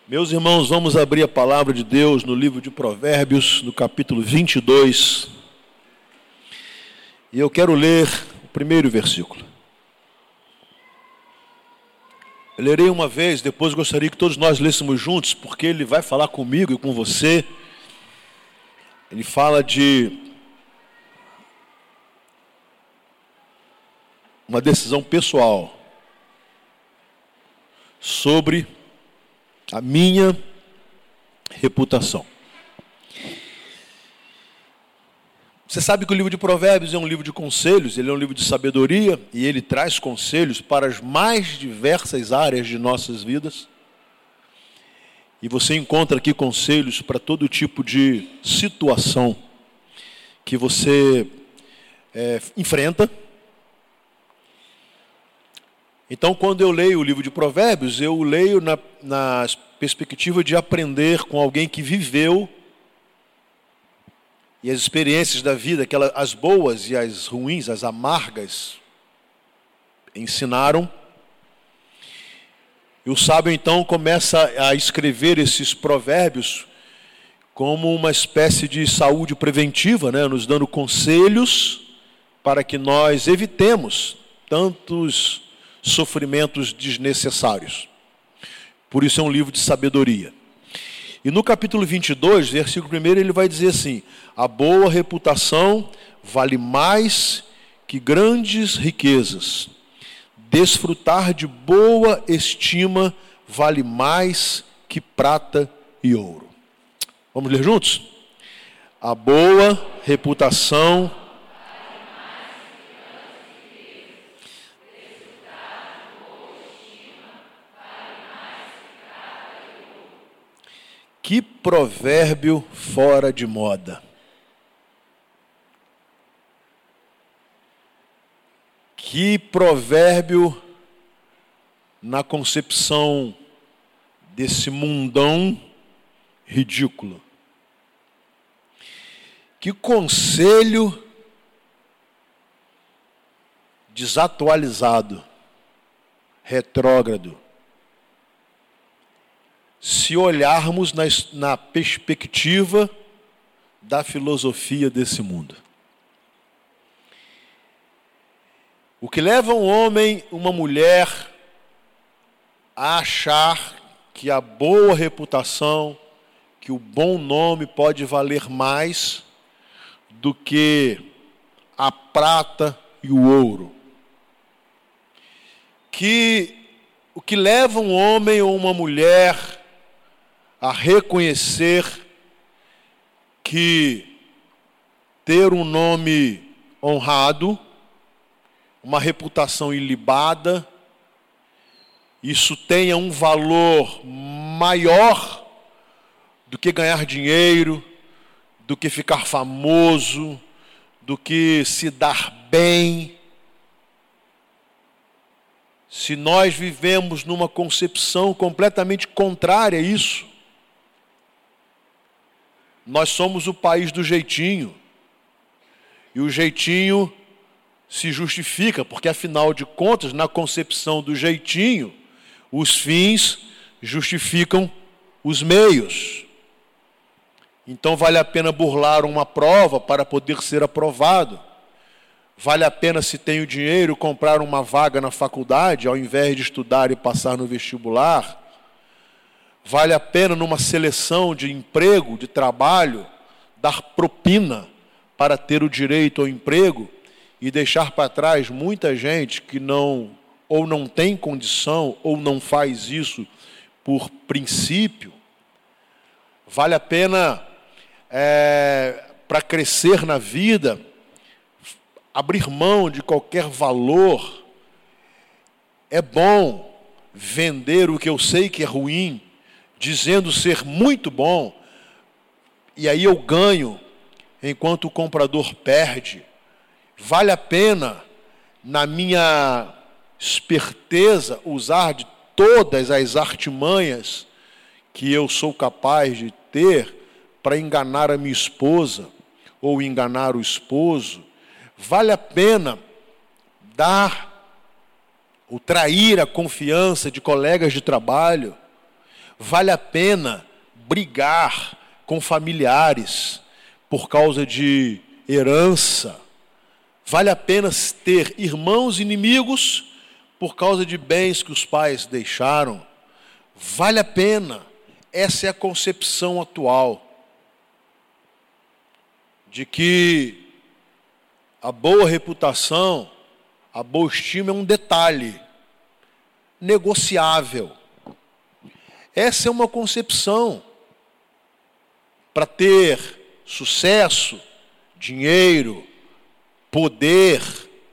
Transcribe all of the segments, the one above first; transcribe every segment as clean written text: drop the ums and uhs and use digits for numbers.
Meus irmãos, vamos abrir a palavra de Deus no livro de Provérbios, no capítulo 22. E eu quero ler o primeiro versículo. Eu lerei uma vez, depois gostaria que todos nós lêssemos juntos, porque ele vai falar comigo e com você. Ele fala de uma decisão pessoal sobre a minha reputação. Você sabe que o livro de Provérbios é um livro de conselhos, ele é um livro de sabedoria e ele traz conselhos para as mais diversas áreas de nossas vidas. E você encontra aqui conselhos para todo tipo de situação que você enfrenta. Então, quando eu leio o livro de Provérbios, eu leio na perspectiva de aprender com alguém que viveu e as experiências da vida, as boas e as ruins, as amargas, ensinaram. E o sábio, então, começa a escrever esses provérbios como uma espécie de saúde preventiva, nos dando conselhos para que nós evitemos tantos sofrimentos desnecessários. Por isso é um livro de sabedoria. E no capítulo 22, versículo 1, ele vai dizer assim: a boa reputação vale mais que grandes riquezas. Desfrutar de boa estima vale mais que prata e ouro. Vamos ler juntos? A boa reputação Que provérbio fora de moda. Que provérbio na concepção desse mundão ridículo. Que conselho desatualizado, retrógrado. Se olharmos na perspectiva da filosofia desse mundo. O que leva um homem, uma mulher, a achar que a boa reputação, que o bom nome pode valer mais do que a prata e o ouro. O que leva um homem ou uma mulher a reconhecer que ter um nome honrado, uma reputação ilibada, isso tenha um valor maior do que ganhar dinheiro, do que ficar famoso, do que se dar bem. Se nós vivemos numa concepção completamente contrária a isso, nós somos o país do jeitinho. E o jeitinho se justifica, porque afinal de contas, na concepção do jeitinho, os fins justificam os meios. Então vale a pena burlar uma prova para poder ser aprovado. Vale a pena, se tenho dinheiro, comprar uma vaga na faculdade, ao invés de estudar e passar no vestibular. Vale a pena, numa seleção de emprego, de trabalho, dar propina para ter o direito ao emprego e deixar para trás muita gente que não tem condição ou não faz isso por princípio. Vale a pena, para crescer na vida, abrir mão de qualquer valor. É bom vender o que eu sei que é ruim, dizendo ser muito bom, e aí eu ganho, enquanto o comprador perde. Vale a pena, na minha esperteza, usar de todas as artimanhas que eu sou capaz de ter para enganar a minha esposa ou enganar o esposo. Vale a pena dar ou trair a confiança de colegas de trabalho. Vale a pena brigar com familiares por causa de herança. Vale a pena ter irmãos inimigos por causa de bens que os pais deixaram. Vale a pena. Essa é a concepção atual de que a boa reputação, a boa estima é um detalhe negociável. Essa é uma concepção. Para ter sucesso, dinheiro, poder,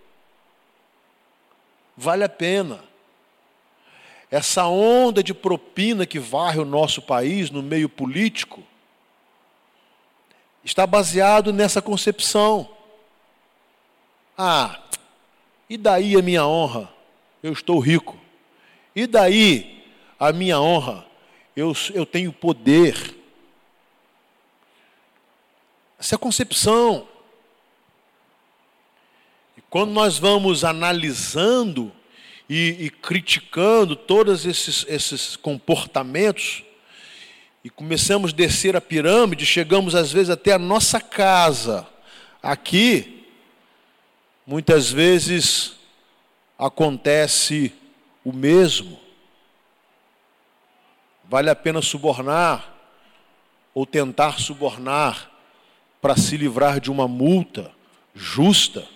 vale a pena. Essa onda de propina que varre o nosso país no meio político está baseado nessa concepção. Ah, e daí a minha honra? Eu estou rico. E daí a minha honra? Eu tenho poder. Essa é a concepção. E quando nós vamos analisando e criticando todos esses comportamentos, e começamos a descer a pirâmide, chegamos às vezes até a nossa casa. Aqui, muitas vezes, acontece o mesmo. Vale a pena subornar ou tentar subornar para se livrar de uma multa justa.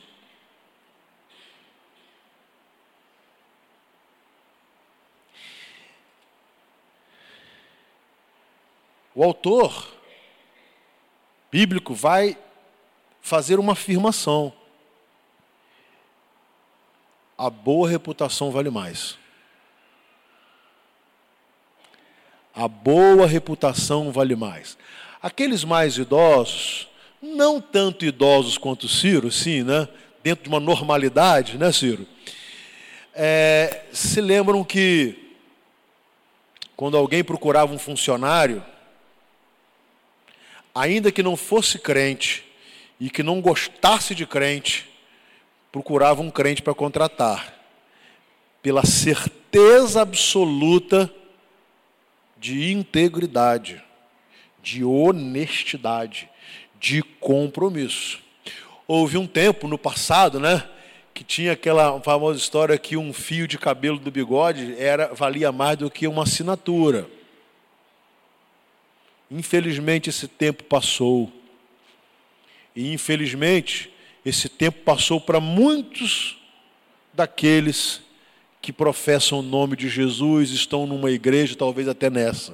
O autor bíblico vai fazer uma afirmação. A boa reputação vale mais. A boa reputação vale mais. Aqueles mais idosos, não tanto idosos quanto Ciro, sim, né? Dentro de uma normalidade, né, Ciro? Se lembram que quando alguém procurava um funcionário, ainda que não fosse crente e que não gostasse de crente, procurava um crente para contratar, pela certeza absoluta de integridade, de honestidade, de compromisso. Houve um tempo no passado, né, que tinha aquela famosa história que um fio de cabelo do bigode valia mais do que uma assinatura. Infelizmente esse tempo passou. E infelizmente esse tempo passou para muitos daqueles que professam o nome de Jesus, estão numa igreja, talvez até nessa.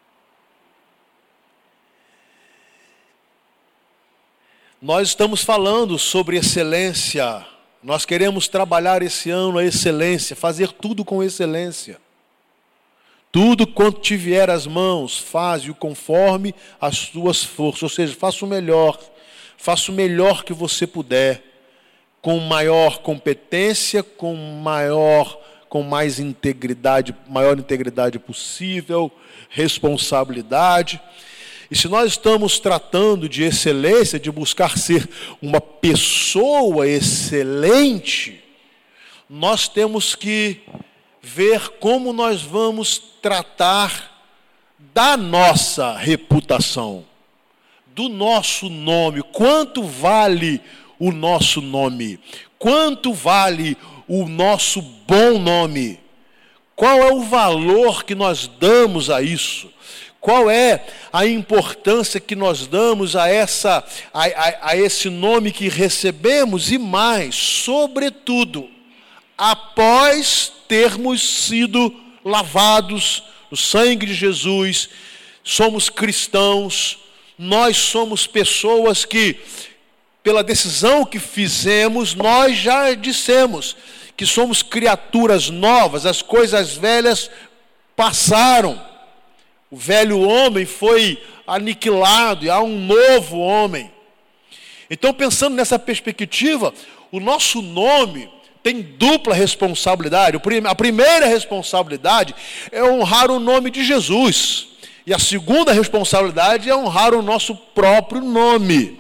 Nós estamos falando sobre excelência. Nós queremos trabalhar esse ano a excelência, fazer tudo com excelência. Tudo quanto te vier às mãos, faze-o conforme as tuas forças. Ou seja, faça o melhor que você puder, com maior competência, com mais integridade, maior integridade possível, responsabilidade. E se nós estamos tratando de excelência, de buscar ser uma pessoa excelente, nós temos que ver como nós vamos tratar da nossa reputação, do nosso nome. Quanto vale o nosso nome? Quanto vale o nosso bom nome? Qual é o valor que nós damos a isso? Qual é a importância que nós damos a esse nome que recebemos? E mais, sobretudo, após termos sido lavados no sangue de Jesus, somos cristãos, nós somos pessoas que, pela decisão que fizemos, nós já dissemos que somos criaturas novas, as coisas velhas passaram, o velho homem foi aniquilado e há um novo homem. Então, pensando nessa perspectiva, o nosso nome tem dupla responsabilidade. A primeira responsabilidade é honrar o nome de Jesus. E a segunda responsabilidade é honrar o nosso próprio nome.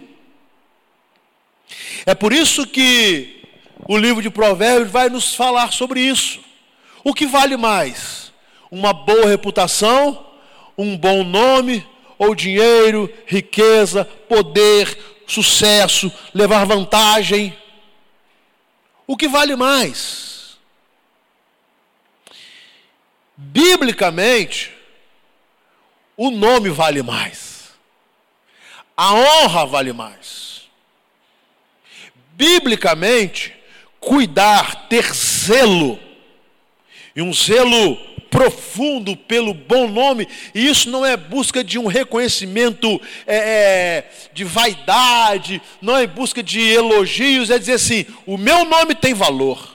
É por isso que o livro de Provérbios vai nos falar sobre isso. O que vale mais? Uma boa reputação um bom nome ou dinheiro, riqueza, poder, sucesso, levar vantagem? O que vale mais? Biblicamente, o nome vale mais. A honra vale mais. Biblicamente, cuidar, ter zelo, e um zelo profundo pelo bom nome, e isso não é busca de um reconhecimento de vaidade, não é busca de elogios, é dizer assim, o meu nome tem valor.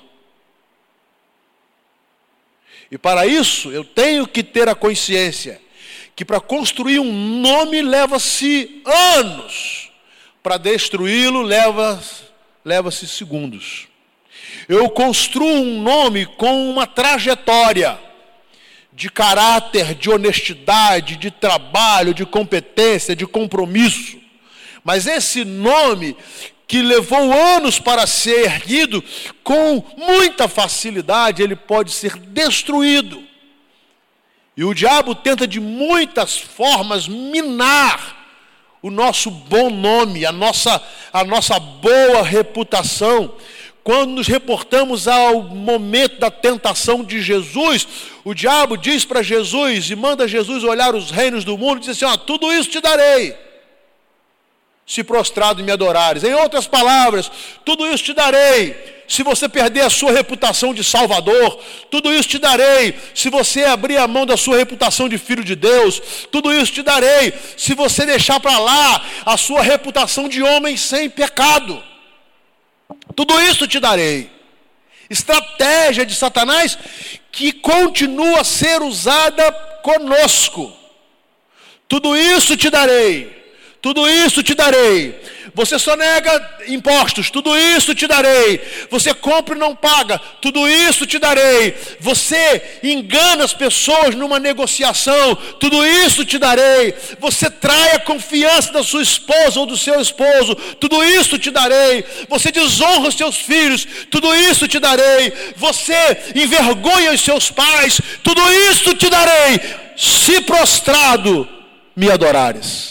E para isso, eu tenho que ter a consciência que para construir um nome leva-se anos, para destruí-lo leva-se segundos. Eu construo um nome com uma trajetória de caráter, de honestidade, de trabalho, de competência, de compromisso. Mas esse nome que levou anos para ser erguido, com muita facilidade ele pode ser destruído. E o diabo tenta de muitas formas minar o nosso bom nome, a nossa boa reputação. Quando nos reportamos ao momento da tentação de Jesus, o diabo diz para Jesus, e manda Jesus olhar os reinos do mundo, e diz assim, tudo isso te darei, se prostrado me adorares. Em outras palavras, tudo isso te darei, se você perder a sua reputação de Salvador. Tudo isso te darei, se você abrir a mão da sua reputação de Filho de Deus. Tudo isso te darei, se você deixar para lá a sua reputação de homem sem pecado. Tudo isso te darei. Estratégia de Satanás que continua a ser usada conosco. Tudo isso te darei. Tudo isso te darei. Você só nega impostos. Tudo isso te darei. Você compra e não paga. Tudo isso te darei. Você engana as pessoas numa negociação. Tudo isso te darei. Você trai a confiança da sua esposa ou do seu esposo. Tudo isso te darei. Você desonra os seus filhos. Tudo isso te darei. Você envergonha os seus pais. Tudo isso te darei, se prostrado me adorares.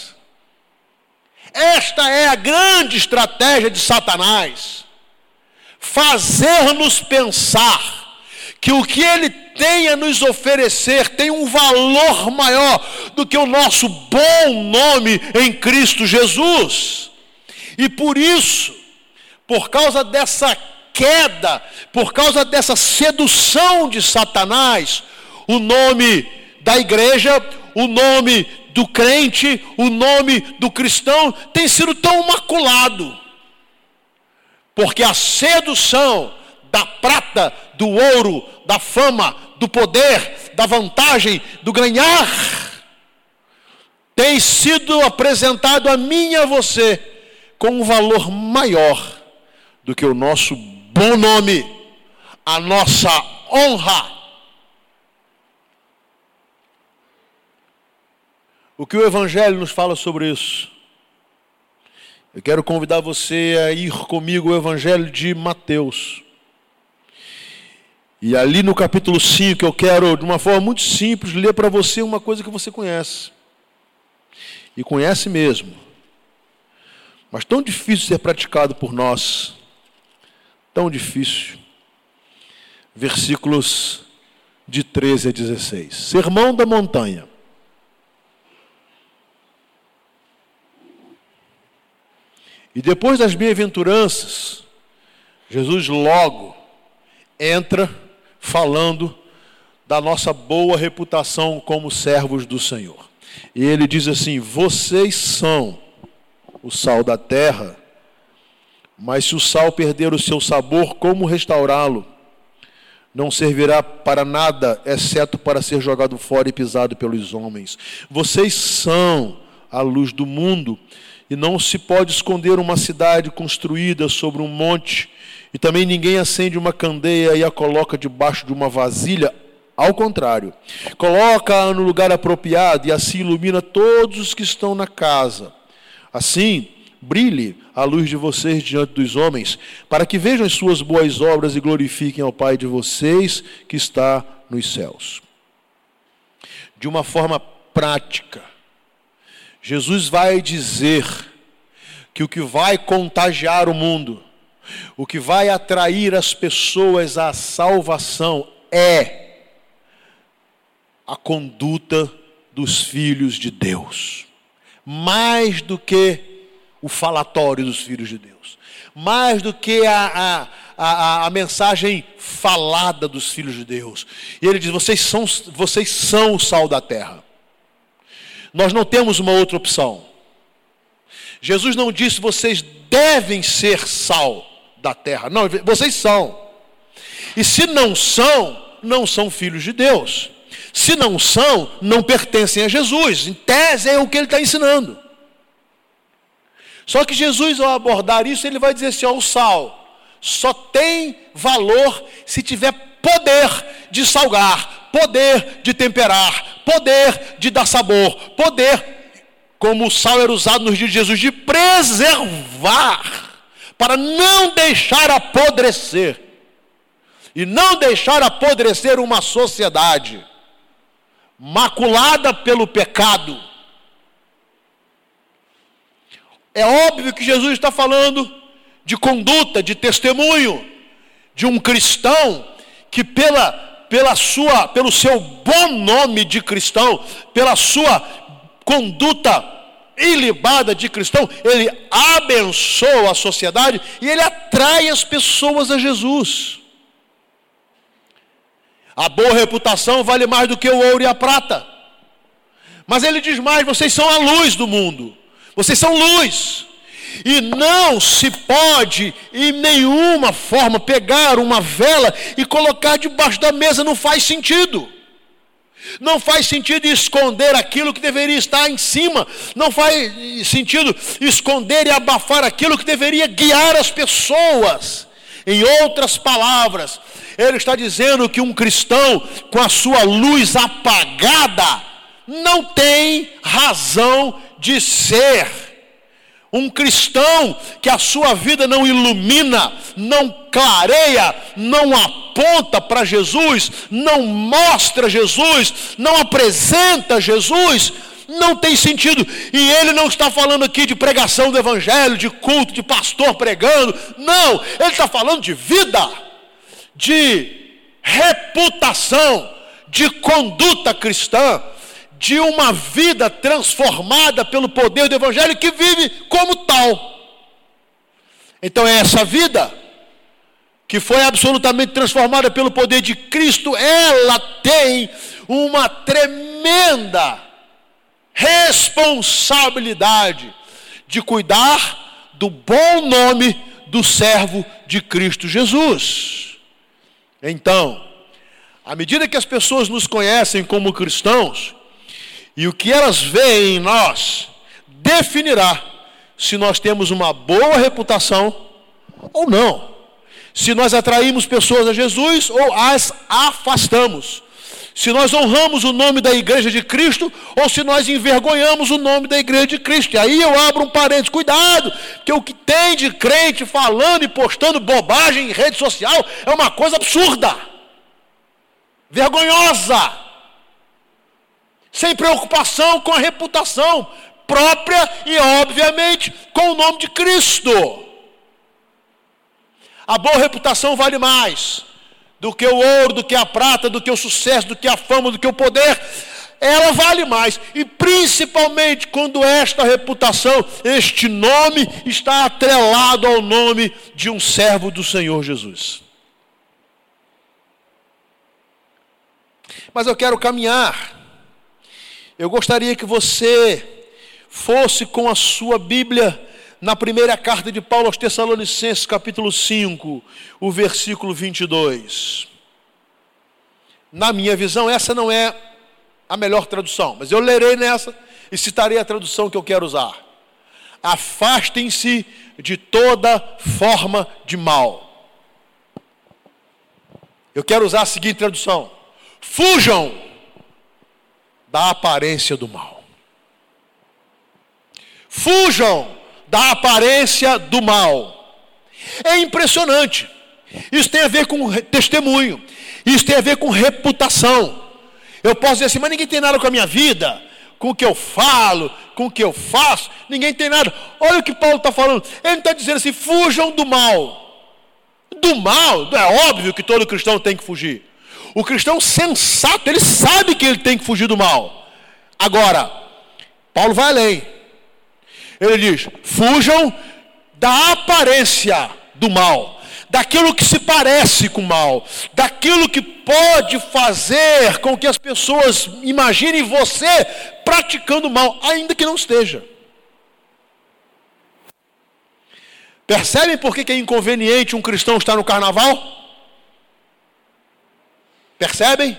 Esta é a grande estratégia de Satanás. Fazer-nos pensar que o que ele tem a nos oferecer tem um valor maior do que o nosso bom nome em Cristo Jesus. E por isso, por causa dessa queda, por causa dessa sedução de Satanás, o nome da igreja, o nome do crente, o nome do cristão tem sido tão maculado, porque a sedução da prata, do ouro, da fama, do poder, da vantagem, do ganhar, tem sido apresentado a mim e a você com um valor maior do que o nosso bom nome, a nossa honra. O que o Evangelho nos fala sobre isso? Eu quero convidar você a ir comigo ao Evangelho de Mateus. E ali no capítulo 5, eu quero, de uma forma muito simples, ler para você uma coisa que você conhece. E conhece mesmo. Mas tão difícil de ser praticado por nós. Tão difícil. Versículos de 13 a 16. Sermão da montanha. E depois das bem-aventuranças, Jesus logo entra falando da nossa boa reputação como servos do Senhor. E ele diz assim: vocês são o sal da terra, mas se o sal perder o seu sabor, como restaurá-lo? Não servirá para nada, exceto para ser jogado fora e pisado pelos homens. Vocês são a luz do mundo. E não se pode esconder uma cidade construída sobre um monte, e também ninguém acende uma candeia e a coloca debaixo de uma vasilha. Ao contrário, coloca-a no lugar apropriado e assim ilumina todos os que estão na casa. Assim, brilhe a luz de vocês diante dos homens, para que vejam as suas boas obras e glorifiquem ao Pai de vocês que está nos céus. De uma forma prática. Jesus vai dizer que o que vai contagiar o mundo, o que vai atrair as pessoas à salvação é a conduta dos filhos de Deus. Mais do que o falatório dos filhos de Deus. Mais do que a mensagem falada dos filhos de Deus. E ele diz, vocês são o sal da terra. Nós não temos uma outra opção. Jesus não disse, vocês devem ser sal da terra. Não, vocês são. E se não são filhos de Deus. Se não são, não pertencem a Jesus. Em tese é o que ele está ensinando. Só que Jesus, ao abordar isso, ele vai dizer assim, o sal só tem valor se tiver poder de salgar, poder de temperar, poder de dar sabor, poder, como o sal era usado nos dias de Jesus, de preservar, para não deixar apodrecer. E não deixar apodrecer uma sociedade maculada pelo pecado. É óbvio que Jesus está falando de conduta, de testemunho, de um cristão que pelo seu bom nome de cristão, pela sua conduta ilibada de cristão, ele abençoa a sociedade e ele atrai as pessoas a Jesus. A boa reputação vale mais do que o ouro e a prata. Mas ele diz mais, vocês são a luz do mundo. Vocês são luz. E não se pode, em nenhuma forma, pegar uma vela e colocar debaixo da mesa. Não faz sentido. Não faz sentido esconder aquilo que deveria estar em cima. Não faz sentido esconder e abafar aquilo que deveria guiar as pessoas. Em outras palavras, ele está dizendo que um cristão com a sua luz apagada não tem razão de ser. Um cristão que a sua vida não ilumina, não clareia, não aponta para Jesus, não mostra Jesus, não apresenta Jesus, não tem sentido. E ele não está falando aqui de pregação do evangelho, de culto, de pastor pregando. Não, ele está falando de vida, de reputação, de conduta cristã, de uma vida transformada pelo poder do evangelho que vive como tal. Então é essa vida que foi absolutamente transformada pelo poder de Cristo, ela tem uma tremenda responsabilidade de cuidar do bom nome do servo de Cristo Jesus. Então, à medida que as pessoas nos conhecem como cristãos, e o que elas veem em nós definirá se nós temos uma boa reputação ou não. Se nós atraímos pessoas a Jesus ou as afastamos. Se nós honramos o nome da igreja de Cristo ou se nós envergonhamos o nome da igreja de Cristo. E aí eu abro um parênteses, cuidado, porque o que tem de crente falando e postando bobagem em rede social é uma coisa absurda, vergonhosa, sem preocupação com a reputação própria e, obviamente, com o nome de Cristo. A boa reputação vale mais do que o ouro, do que a prata, do que o sucesso, do que a fama, do que o poder. Ela vale mais. E principalmente quando esta reputação, este nome, está atrelado ao nome de um servo do Senhor Jesus. Mas eu quero caminhar. Eu gostaria que você fosse com a sua Bíblia na primeira carta de Paulo aos Tessalonicenses, capítulo 5, o versículo 22. Na minha visão, essa não é a melhor tradução, mas eu lerei nessa e citarei a tradução que eu quero usar. Afastem-se de toda forma de mal. Eu quero usar a seguinte tradução: fujam da aparência do mal. Fujam da aparência do mal. É impressionante. Isso tem a ver com testemunho. Isso tem a ver com reputação. Eu posso dizer assim, mas ninguém tem nada com a minha vida. com o que eu falo, com o que eu faço, ninguém tem nada. Olha o que Paulo está falando. Ele está dizendo assim: fujam do mal. Do mal, é óbvio que todo cristão tem que fugir. O cristão sensato, ele sabe que ele tem que fugir do mal. Agora, Paulo vai além. Ele diz: fujam da aparência do mal, daquilo que se parece com o mal, daquilo que pode fazer com que as pessoas imaginem você praticando mal, ainda que não esteja. Percebem por que é inconveniente um cristão estar no carnaval? Percebem?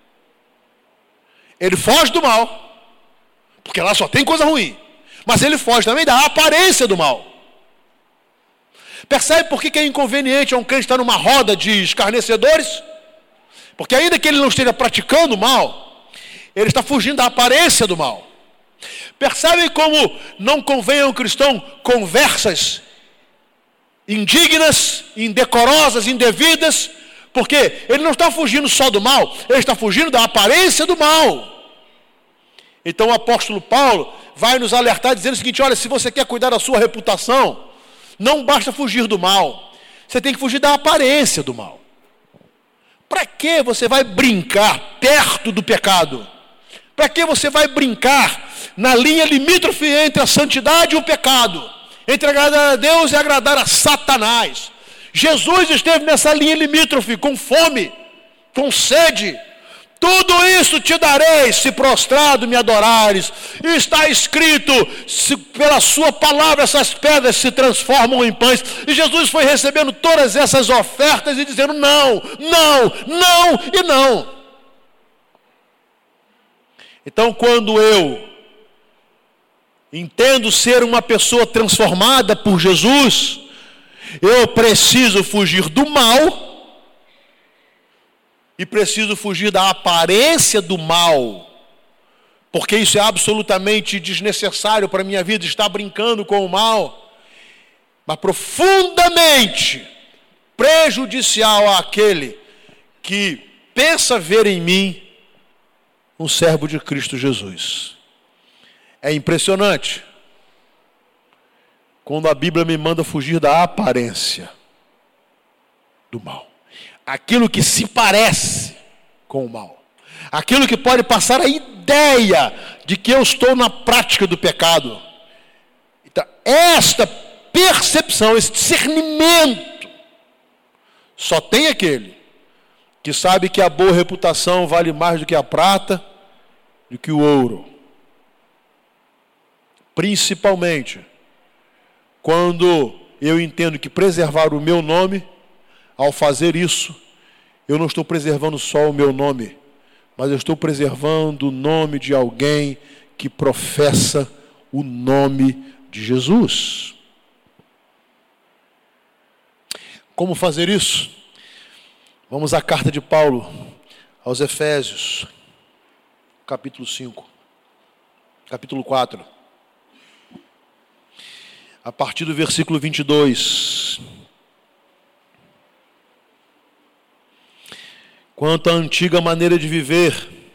Ele foge do mal, porque lá só tem coisa ruim, mas ele foge também da aparência do mal. Percebe por que é inconveniente um crente estar numa roda de escarnecedores? Porque ainda que ele não esteja praticando o mal, ele está fugindo da aparência do mal. Percebem como não convém a um cristão conversas indignas, indecorosas, indevidas? Porque ele não está fugindo só do mal, ele está fugindo da aparência do mal. Então o apóstolo Paulo vai nos alertar dizendo o seguinte: olha, se você quer cuidar da sua reputação, não basta fugir do mal, você tem que fugir da aparência do mal. Para que você vai brincar perto do pecado? Para que você vai brincar na linha limítrofe entre a santidade e o pecado? Entre agradar a Deus e agradar a Satanás. Jesus esteve nessa linha limítrofe, com fome, com sede. Tudo isso te darei, se prostrado me adorares. E está escrito: se pela sua palavra essas pedras se transformam em pães. E Jesus foi recebendo todas essas ofertas e dizendo: não, não, não e não. Então, quando eu entendo ser uma pessoa transformada por Jesus, eu preciso fugir do mal e preciso fugir da aparência do mal, porque isso é absolutamente desnecessário para a minha vida, estar brincando com o mal, mas profundamente prejudicial àquele que pensa ver em mim um servo de Cristo Jesus. É impressionante quando a Bíblia me manda fugir da aparência do mal. Aquilo que se parece com o mal. Aquilo que pode passar a ideia de que eu estou na prática do pecado. Então, esta percepção, esse discernimento, só tem aquele que sabe que a boa reputação vale mais do que a prata, do que o ouro. Principalmente quando eu entendo que preservar o meu nome, ao fazer isso, eu não estou preservando só o meu nome, mas eu estou preservando o nome de alguém que professa o nome de Jesus. Como fazer isso? Vamos à carta de Paulo aos Efésios, capítulo 5, capítulo 4. A partir do versículo 22. Quanto à antiga maneira de viver,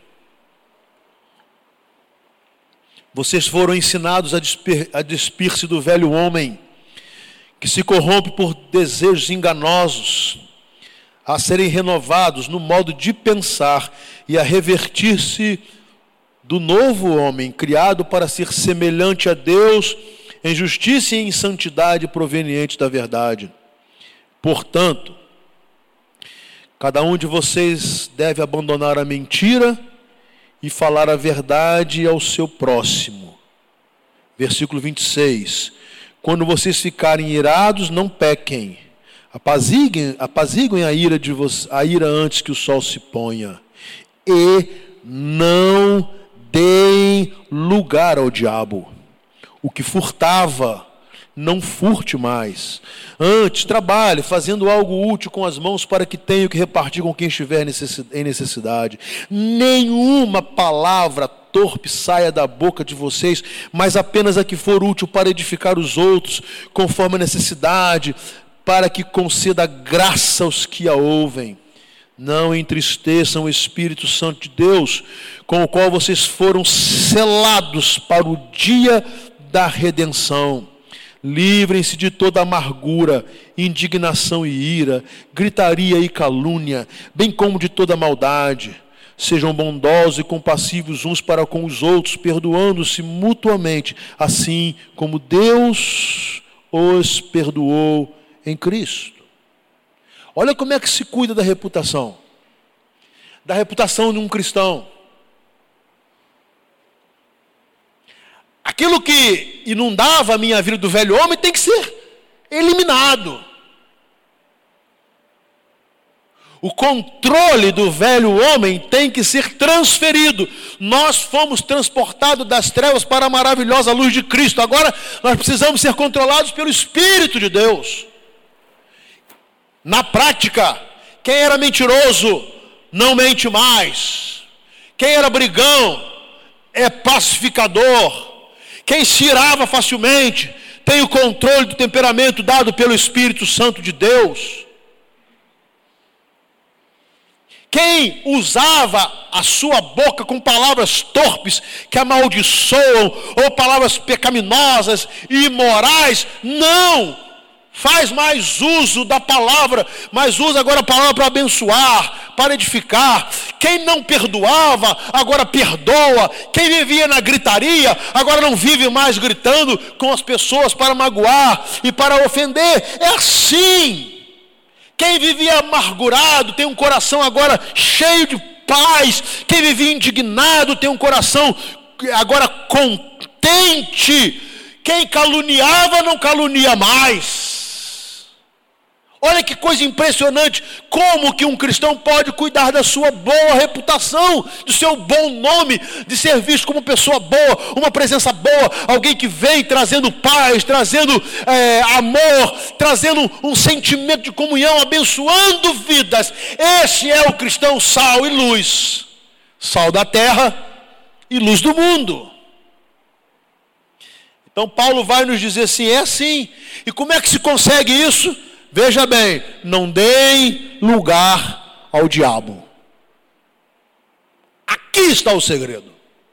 vocês foram ensinados a despir-se do velho homem, que se corrompe por desejos enganosos, a serem renovados no modo de pensar e a revertir-se do novo homem, criado para ser semelhante a Deus, em justiça e em santidade proveniente da verdade. Portanto, cada um de vocês deve abandonar a mentira e falar a verdade ao seu próximo. Versículo 26. Quando vocês ficarem irados, não pequem. Apaziguem a ira antes que o sol se ponha. E não deem lugar ao diabo. O que furtava, não furte mais. Antes, trabalhe, fazendo algo útil com as mãos, para que tenha o que repartir com quem estiver em necessidade. Nenhuma palavra torpe saia da boca de vocês, mas apenas a que for útil para edificar os outros, conforme a necessidade, para que conceda graça aos que a ouvem. Não entristeçam o Espírito Santo de Deus, com o qual vocês foram selados para o dia da redenção. Livrem-se de toda amargura, indignação e ira, gritaria e calúnia, bem como de toda maldade. Sejam bondosos e compassivos uns para com os outros, perdoando-se mutuamente, assim como Deus os perdoou em Cristo. Olha como é que se cuida da reputação de um cristão. Aquilo que inundava a minha vida do velho homem tem que ser eliminado. O controle do velho homem tem que ser transferido. Nós fomos transportados das trevas para a maravilhosa luz de Cristo. Agora nós precisamos ser controlados pelo Espírito de Deus. Na prática, quem era mentiroso não mente mais. Quem era brigão é pacificador. Quem se irava facilmente tem o controle do temperamento dado pelo Espírito Santo de Deus. Quem usava a sua boca com palavras torpes que amaldiçoam, ou palavras pecaminosas e imorais, não faz mais uso da palavra, mas usa agora a palavra para abençoar, para edificar. Quem não perdoava, agora perdoa. Quem vivia na gritaria, agora não vive mais gritando com as pessoas para magoar e para ofender. É assim. Quem vivia amargurado tem um coração agora cheio de paz. Quem vivia indignado tem um coração agora contente. Quem caluniava não calunia mais. Olha que coisa impressionante, como que um cristão pode cuidar da sua boa reputação, do seu bom nome, de ser visto como pessoa boa, uma presença boa, alguém que vem trazendo paz, trazendo amor, trazendo um sentimento de comunhão, abençoando vidas. Esse é o cristão sal e luz, sal da terra e luz do mundo. Então Paulo vai nos dizer assim, é assim. E como é que se consegue isso? Veja bem, não deem lugar ao diabo. Aqui está o segredo.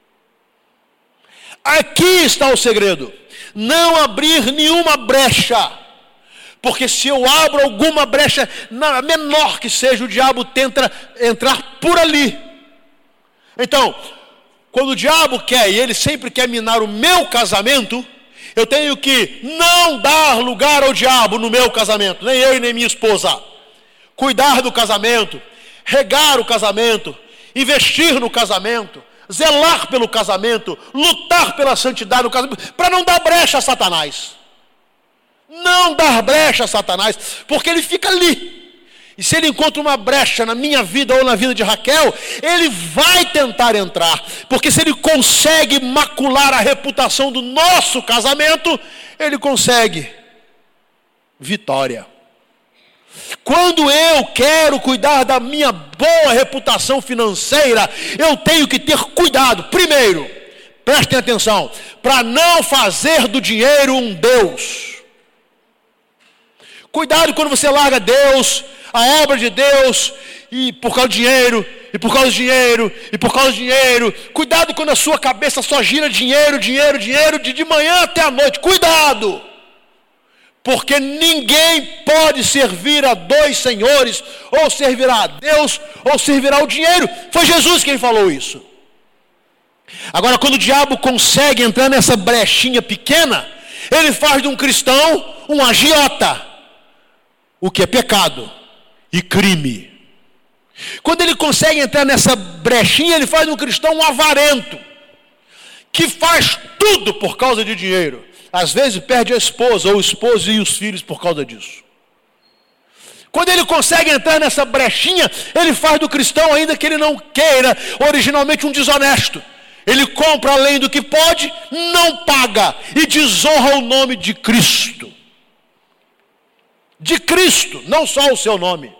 Aqui está o segredo. Não abrir nenhuma brecha. Porque se eu abro alguma brecha, na menor que seja, o diabo tenta entrar por ali. Então, quando o diabo quer, e ele sempre quer minar o meu casamento, eu tenho que não dar lugar ao diabo no meu casamento, nem eu e nem minha esposa. Cuidar do casamento, regar o casamento, investir no casamento, zelar pelo casamento, lutar pela santidade do casamento, para não dar brecha a Satanás. Não dar brecha a Satanás, porque ele fica ali. E se ele encontra uma brecha na minha vida ou na vida de Raquel, ele vai tentar entrar. Porque se ele consegue macular a reputação do nosso casamento, ele consegue vitória. Quando eu quero cuidar da minha boa reputação financeira, eu tenho que ter cuidado. Primeiro, prestem atenção, para não fazer do dinheiro um Deus. Cuidado quando você larga Deus, a obra de Deus, e por causa do dinheiro, e por causa do dinheiro, e por causa do dinheiro. Cuidado quando a sua cabeça só gira dinheiro, dinheiro, dinheiro, de manhã até a noite. Cuidado! Porque ninguém pode servir a dois senhores, ou servirá a Deus, ou servirá ao dinheiro. Foi Jesus quem falou isso. Agora, quando o diabo consegue entrar nessa brechinha pequena, ele faz de um cristão um agiota, o que é pecado e crime. Quando ele consegue entrar nessa brechinha, ele faz de um cristão um avarento, que faz tudo por causa de dinheiro. Às vezes perde a esposa, ou o esposo e os filhos por causa disso. Quando ele consegue entrar nessa brechinha, ele faz do cristão, ainda que ele não queira, originalmente um desonesto. Ele compra além do que pode, não paga e desonra o nome de Cristo. De Cristo, não só o seu nome.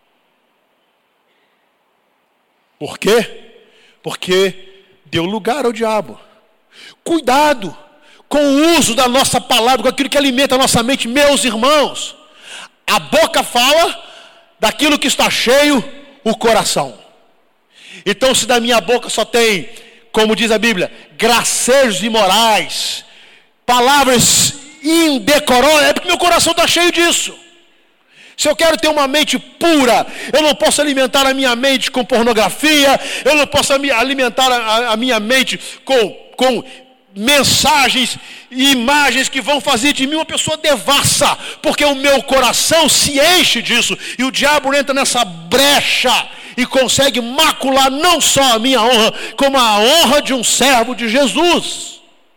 Por quê? Porque deu lugar ao diabo. Cuidado com o uso da nossa palavra, com aquilo que alimenta a nossa mente, meus irmãos. A boca fala daquilo que está cheio, o coração. Então, se da minha boca só tem, como diz a Bíblia, gracejos imorais, palavras indecorosas, é porque meu coração está cheio disso. Se eu quero ter uma mente pura, eu não posso alimentar a minha mente com pornografia, eu não posso alimentar a minha mente com mensagens e imagens que vão fazer de mim uma pessoa devassa, porque o meu coração se enche disso, e o diabo entra nessa brecha e consegue macular não só a minha honra, como a honra de um servo de Jesus.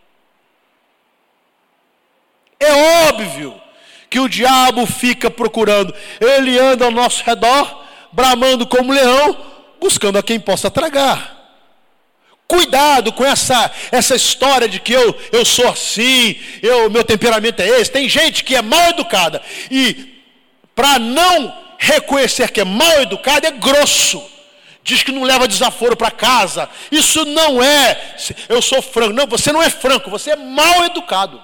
É óbvio que o diabo fica procurando, ele anda ao nosso redor, bramando como leão, buscando a quem possa tragar. Cuidado com essa história de que eu sou assim, meu temperamento é esse. Tem gente que é mal educada e para não reconhecer que é mal educado, é grosso. Diz que não leva desaforo para casa. Isso não é, eu sou franco. Não, você não é franco, você é mal educado.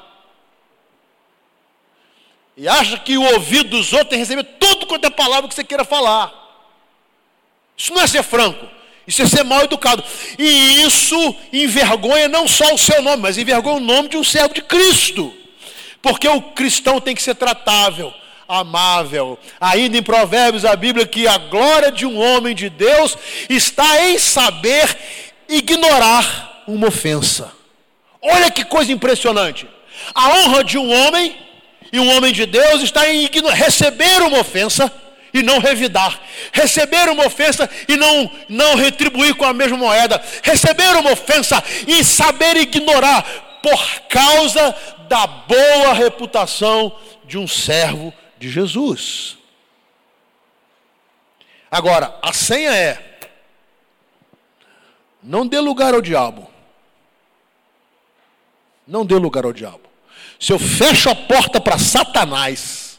E acha que o ouvido dos outros tem que receber tudo quanto é palavra que você queira falar. Isso não é ser franco. Isso é ser mal educado. E isso envergonha não só o seu nome, mas envergonha o nome de um servo de Cristo. Porque o cristão tem que ser tratável, amável. Ainda em Provérbios, a Bíblia, que a glória de um homem de Deus está em saber ignorar uma ofensa. Olha que coisa impressionante. A honra de um homem e um homem de Deus está em receber uma ofensa e não revidar, receber uma ofensa e não retribuir com a mesma moeda, receber uma ofensa e saber ignorar, por causa da boa reputação de um servo de Jesus. Agora, a senha é: não dê lugar ao diabo. Não dê lugar ao diabo. Se eu fecho a porta para Satanás,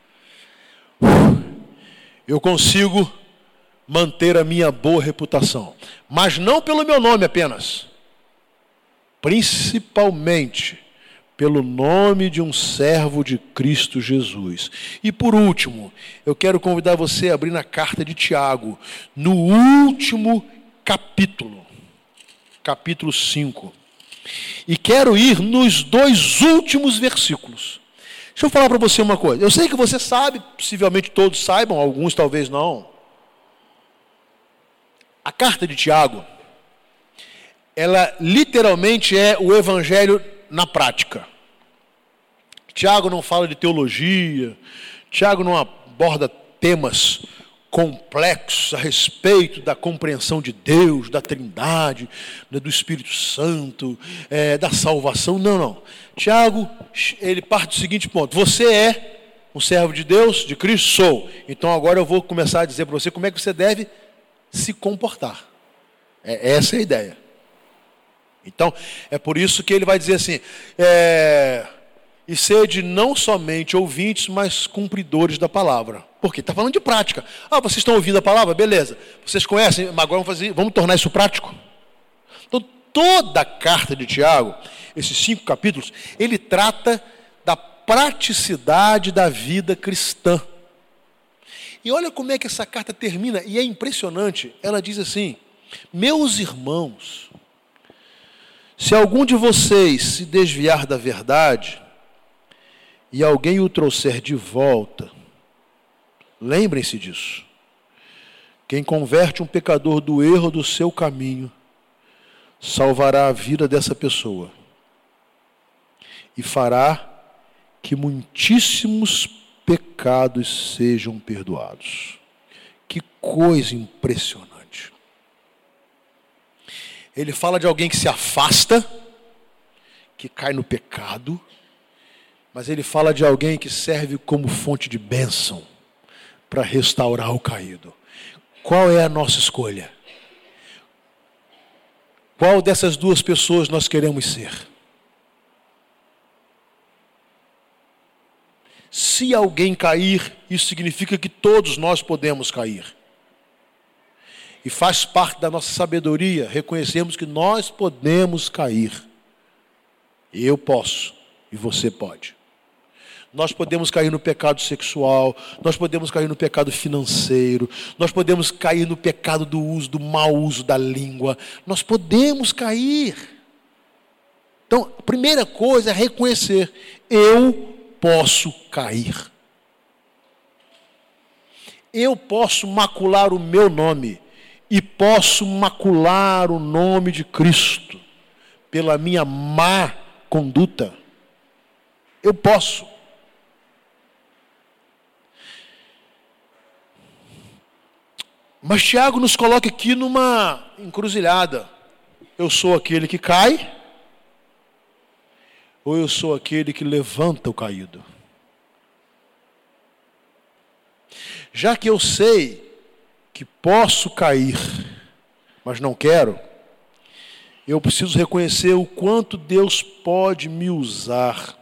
eu consigo manter a minha boa reputação. Mas não pelo meu nome apenas. Principalmente pelo nome de um servo de Cristo Jesus. E por último, eu quero convidar você a abrir na carta de Tiago, no último capítulo. Capítulo 5. E quero ir nos 2 últimos versículos. Deixa eu falar para você uma coisa. Eu sei que você sabe, possivelmente todos saibam, alguns talvez não. A carta de Tiago, ela literalmente é o evangelho na prática. Tiago não fala de teologia, Tiago não aborda temas complexos a respeito da compreensão de Deus, da Trindade, do Espírito Santo, da salvação. Não. Tiago, ele parte do seguinte ponto: você é um servo de Deus, de Cristo? Sou. Então agora eu vou começar a dizer para você como é que você deve se comportar. Essa é a ideia. Então, é por isso que ele vai dizer assim: e sede não somente ouvintes, mas cumpridores da palavra. Por quê? Está falando de prática. Vocês estão ouvindo a palavra? Beleza. Vocês conhecem? Mas agora vamos tornar isso prático. Então, toda a carta de Tiago, esses 5 capítulos, ele trata da praticidade da vida cristã. E olha como é que essa carta termina, e é impressionante. Ela diz assim: meus irmãos, se algum de vocês se desviar da verdade e alguém o trouxer de volta, lembrem-se disso. Quem converte um pecador do erro do seu caminho, salvará a vida dessa pessoa e fará que muitíssimos pecados sejam perdoados. Que coisa impressionante. Ele fala de alguém que se afasta, que cai no pecado, mas ele fala de alguém que serve como fonte de bênção para restaurar o caído. Qual é a nossa escolha? Qual dessas 2 pessoas nós queremos ser? Se alguém cair, isso significa que todos nós podemos cair. E faz parte da nossa sabedoria reconhecermos que nós podemos cair. Eu posso e você pode. Nós podemos cair no pecado sexual, nós podemos cair no pecado financeiro, nós podemos cair no pecado do mau uso da língua. Nós podemos cair. Então, a primeira coisa é reconhecer: eu posso cair. Eu posso macular o meu nome e posso macular o nome de Cristo pela minha má conduta. Eu posso. Mas Tiago nos coloca aqui numa encruzilhada. Eu sou aquele que cai, ou eu sou aquele que levanta o caído? Já que eu sei que posso cair, mas não quero, eu preciso reconhecer o quanto Deus pode me usar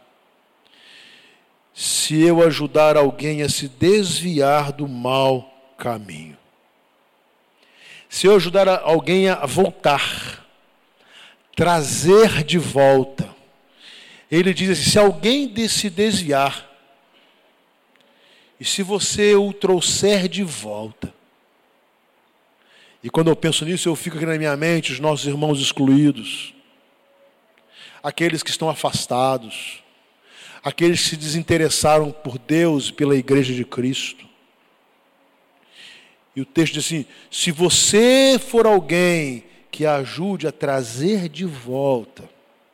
se eu ajudar alguém a se desviar do mau caminho. Se eu ajudar alguém a voltar, trazer de volta. Ele diz assim: se alguém se desviar, e se você o trouxer de volta. E quando eu penso nisso, eu fico aqui na minha mente os nossos irmãos excluídos, aqueles que estão afastados, aqueles que se desinteressaram por Deus e pela igreja de Cristo. E o texto diz assim: se você for alguém que ajude a trazer de volta,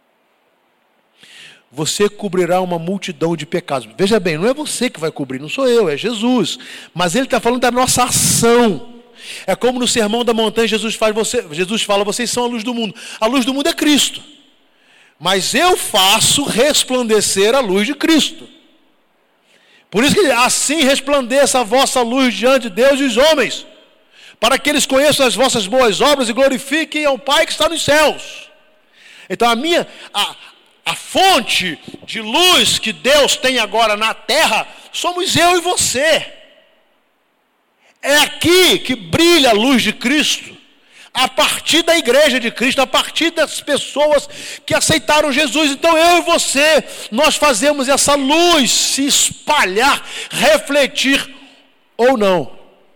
você cobrirá uma multidão de pecados. Veja bem, não é você que vai cobrir, não sou eu, é Jesus. Mas ele está falando da nossa ação. É como no Sermão da Montanha, Jesus fala: vocês são a luz do mundo. A luz do mundo é Cristo. Mas eu faço resplandecer a luz de Cristo. Por isso que assim resplandeça a vossa luz diante de Deus e os homens, para que eles conheçam as vossas boas obras e glorifiquem ao Pai que está nos céus. Então a fonte de luz que Deus tem agora na terra somos eu e você. É aqui que brilha a luz de Cristo, a partir da igreja de Cristo, a partir das pessoas que aceitaram Jesus. Então eu e você, nós fazemos essa luz se espalhar, refletir ou não.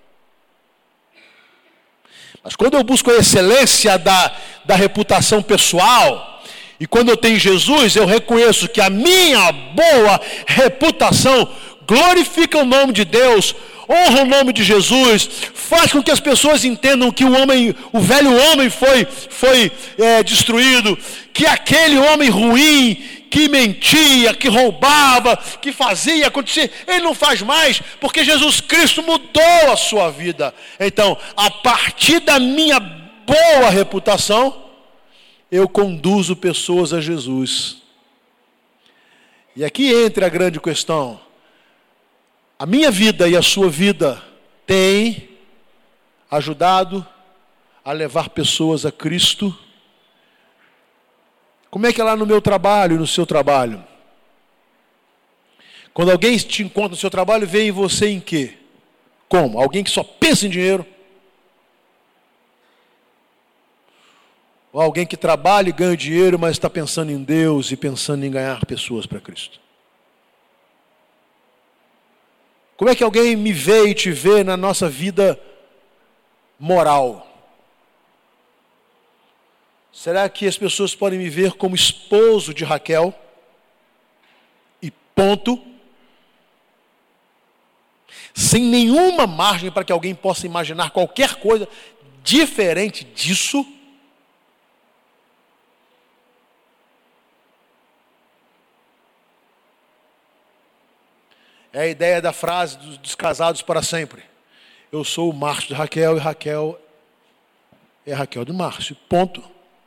Mas quando eu busco a excelência da reputação pessoal, e quando eu tenho Jesus, eu reconheço que a minha boa reputação glorifica o nome de Deus, honra o nome de Jesus, faz com que as pessoas entendam que o velho homem foi destruído, que aquele homem ruim, que mentia, que roubava, que fazia acontecer, ele não faz mais, porque Jesus Cristo mudou a sua vida. Então, a partir da minha boa reputação, eu conduzo pessoas a Jesus. E aqui entra a grande questão: a minha vida e a sua vida têm ajudado a levar pessoas a Cristo? Como é que é lá no meu trabalho e no seu trabalho? Quando alguém te encontra no seu trabalho, vê em você em quê? Como? Alguém que só pensa em dinheiro? Ou alguém que trabalha e ganha dinheiro, mas está pensando em Deus e pensando em ganhar pessoas para Cristo? Como é que alguém me vê e te vê na nossa vida moral? Será que as pessoas podem me ver como esposo de Raquel? E ponto? Sem nenhuma margem para que alguém possa imaginar qualquer coisa diferente disso? É a ideia da frase dos casados para sempre. Eu sou o Márcio de Raquel e Raquel é a Raquel de Márcio. Ponto.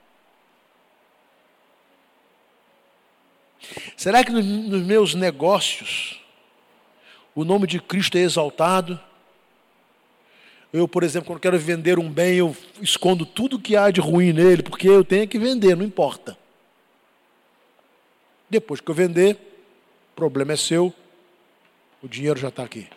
Será que nos meus negócios o nome de Cristo é exaltado? Eu, por exemplo, quando quero vender um bem, eu escondo tudo que há de ruim nele, porque eu tenho que vender, não importa. Depois que eu vender, o problema é seu. O dinheiro já está aqui.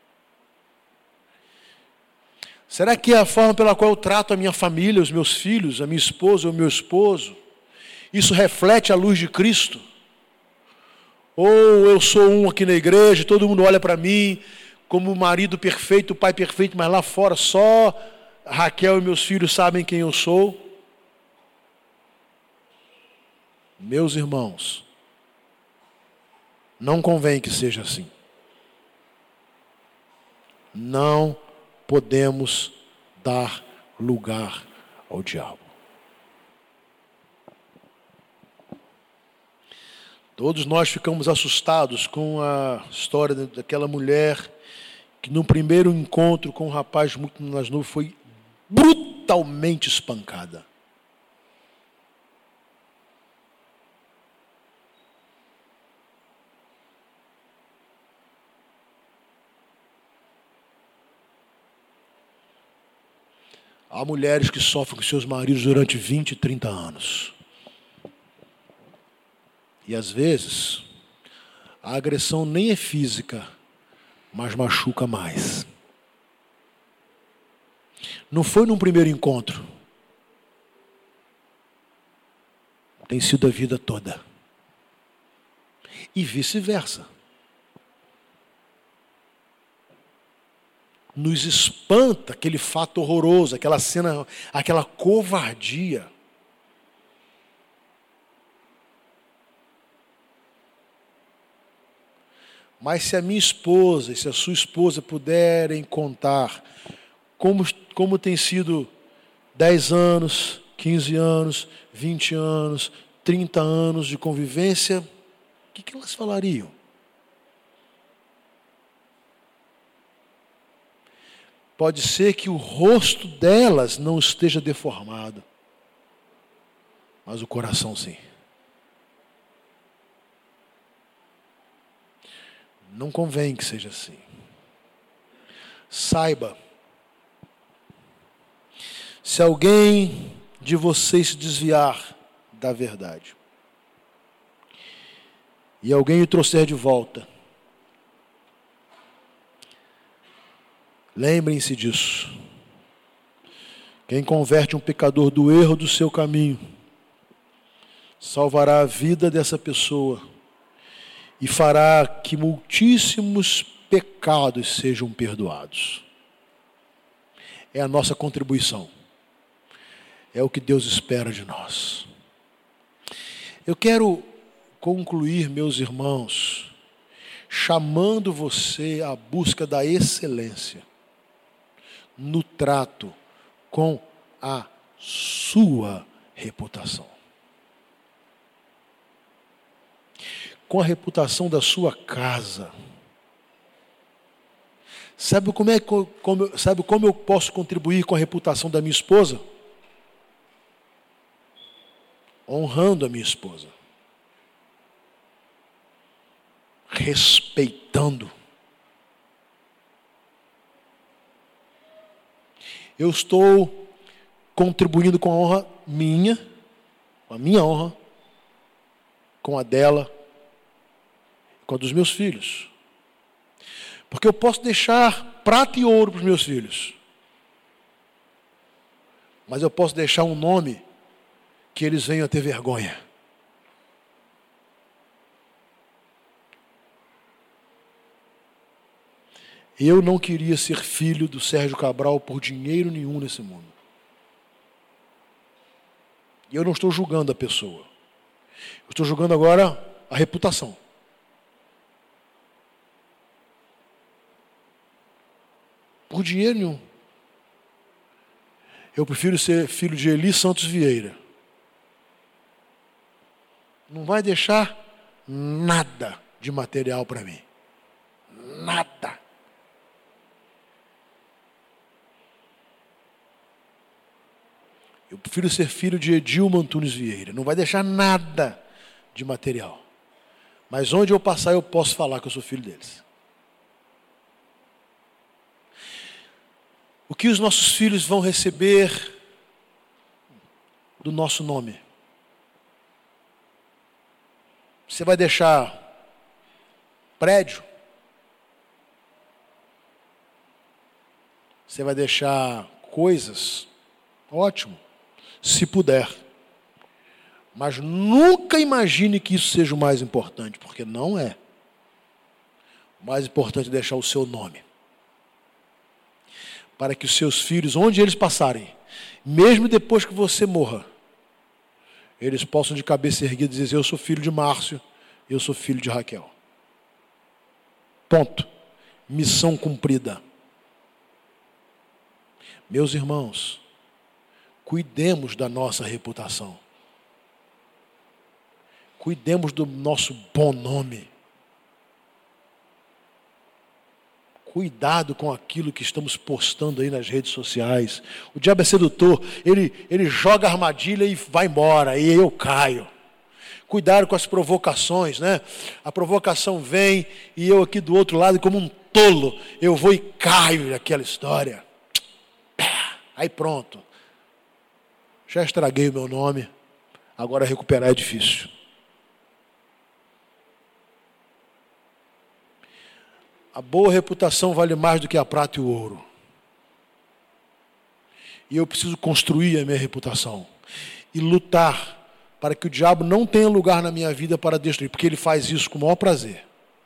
Será que a forma pela qual eu trato a minha família, os meus filhos, a minha esposa, o meu esposo, isso reflete a luz de Cristo? Ou eu sou um aqui na igreja, todo mundo olha para mim como o marido perfeito, o pai perfeito, mas lá fora só Raquel e meus filhos sabem quem eu sou. Meus irmãos, não convém que seja assim. Não podemos dar lugar ao diabo. Todos nós ficamos assustados com a história daquela mulher que no primeiro encontro com um rapaz muito mais novo foi brutalmente espancada. Há mulheres que sofrem com seus maridos durante 20, 30 anos. E às vezes, a agressão nem é física, mas machuca mais. Não foi num primeiro encontro. Tem sido a vida toda. E vice-versa. Nos espanta aquele fato horroroso, aquela cena, aquela covardia. Mas se a minha esposa e se a sua esposa puderem contar como tem sido 10 anos, 15 anos, 20 anos, 30 anos de convivência, o que elas falariam? Pode ser que o rosto delas não esteja deformado, mas o coração sim. Não convém que seja assim. Saiba, se alguém de vocês se desviar da verdade e alguém o trouxer de volta, lembrem-se disso. Quem converte um pecador do erro do seu caminho, salvará a vida dessa pessoa e fará que muitíssimos pecados sejam perdoados. É a nossa contribuição. É o que Deus espera de nós. Eu quero concluir, meus irmãos, chamando você à busca da excelência no trato com a sua reputação. Com a reputação da sua casa. Sabe como eu posso contribuir com a reputação da minha esposa? Honrando a minha esposa. Respeitando. Eu estou contribuindo com a honra minha, com a minha honra, com a dela, com a dos meus filhos. Porque eu posso deixar prata e ouro para os meus filhos. Mas eu posso deixar um nome que eles venham a ter vergonha. Eu não queria ser filho do Sérgio Cabral por dinheiro nenhum nesse mundo. E eu não estou julgando a pessoa. Eu estou julgando agora a reputação. Por dinheiro nenhum. Eu prefiro ser filho de Eli Santos Vieira. Não vai deixar nada de material para mim. Nada. Eu prefiro ser filho de Edilma Antunes Vieira. Não vai deixar nada de material. Mas onde eu passar, eu posso falar que eu sou filho deles. O que os nossos filhos vão receber do nosso nome? Você vai deixar prédio? Você vai deixar coisas? Ótimo, se puder. Mas nunca imagine que isso seja o mais importante, porque não é. O mais importante é deixar o seu nome. Para que os seus filhos, onde eles passarem, mesmo depois que você morra, eles possam de cabeça erguida dizer: eu sou filho de Márcio, eu sou filho de Raquel. Ponto. Missão cumprida. Meus irmãos, cuidemos da nossa reputação. Cuidemos do nosso bom nome. Cuidado com aquilo que estamos postando aí nas redes sociais. O diabo é sedutor, ele joga a armadilha e vai embora, e eu caio. Cuidado com as provocações, né? A provocação vem e eu aqui do outro lado, como um tolo, eu vou e caio naquela história. Aí pronto. Já estraguei o meu nome, agora recuperar é difícil. A boa reputação vale mais do que a prata e o ouro. E eu preciso construir a minha reputação. E lutar para que o diabo não tenha lugar na minha vida para destruir. Porque ele faz isso com o maior prazer.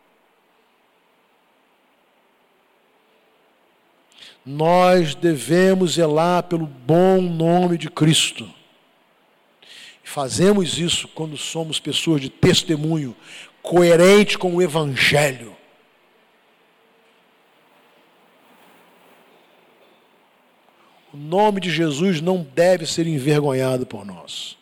Nós devemos zelar pelo bom nome de Cristo. E fazemos isso quando somos pessoas de testemunho, coerente com o Evangelho. O nome de Jesus não deve ser envergonhado por nós.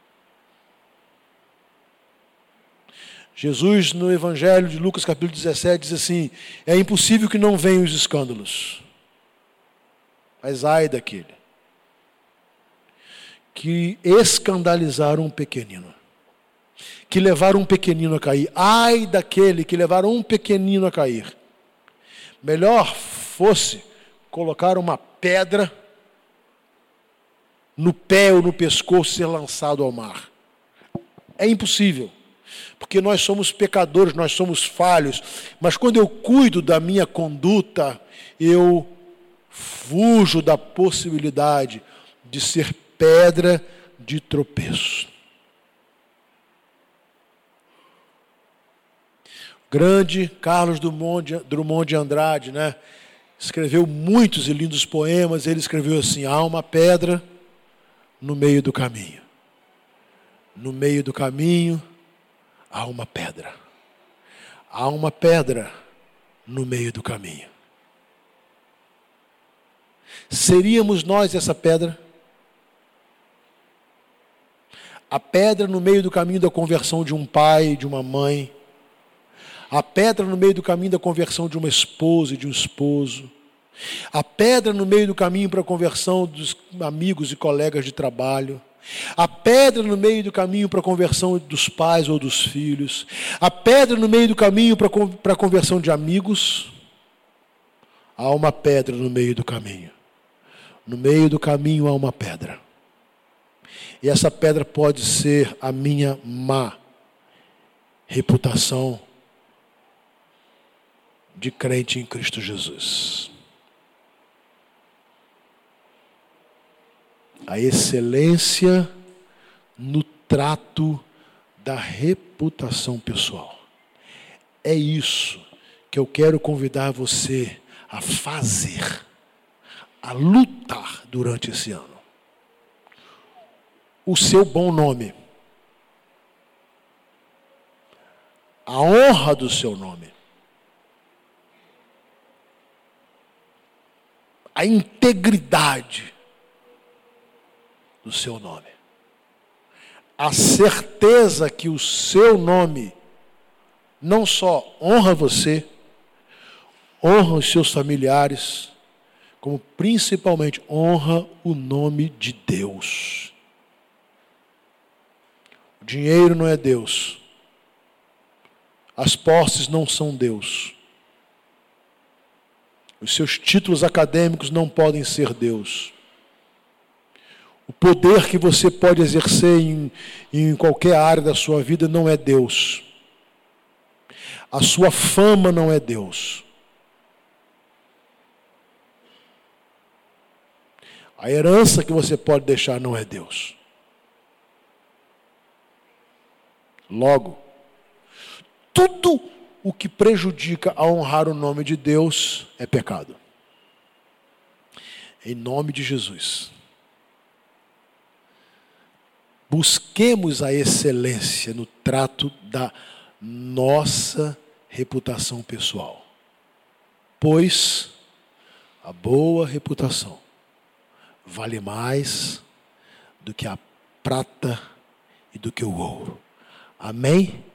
Jesus, no Evangelho de Lucas, capítulo 17, diz assim: é impossível que não venham os escândalos. Mas ai daquele que escandalizaram um pequenino, que levaram um pequenino a cair. Ai daquele que levaram um pequenino a cair. Melhor fosse colocar uma pedra no pé ou no pescoço, ser lançado ao mar. É impossível, porque nós somos pecadores, nós somos falhos, mas quando eu cuido da minha conduta, eu fujo da possibilidade de ser pedra de tropeço. Grande Carlos Drummond de Andrade, né? Escreveu muitos e lindos poemas. Ele escreveu assim: há uma pedra no meio do caminho. No meio do caminho há uma pedra. Há uma pedra no meio do caminho. Seríamos nós essa pedra? A pedra no meio do caminho da conversão de um pai, de uma mãe. A pedra no meio do caminho da conversão de uma esposa e de um esposo. A pedra no meio do caminho para a conversão dos amigos e colegas de trabalho. A pedra no meio do caminho para a conversão dos pais ou dos filhos. A pedra no meio do caminho para a conversão de amigos. Há uma pedra no meio do caminho. No meio do caminho há uma pedra. E essa pedra pode ser a minha má reputação de crente em Cristo Jesus. A excelência no trato da reputação pessoal. É isso que eu quero convidar você a fazer, a lutar durante esse ano. O seu bom nome, a honra do seu nome, a integridade do seu nome, a certeza que o seu nome não só honra você, honra os seus familiares, como principalmente honra o nome de Deus. O dinheiro não é Deus. As posses não são Deus. Os seus títulos acadêmicos não podem ser Deus. O poder que você pode exercer em qualquer área da sua vida não é Deus. A sua fama não é Deus. A herança que você pode deixar não é Deus. Logo, tudo o que prejudica a honrar o nome de Deus é pecado. Em nome de Jesus. Busquemos a excelência no trato da nossa reputação pessoal. Pois a boa reputação vale mais do que a prata e do que o ouro. Amém?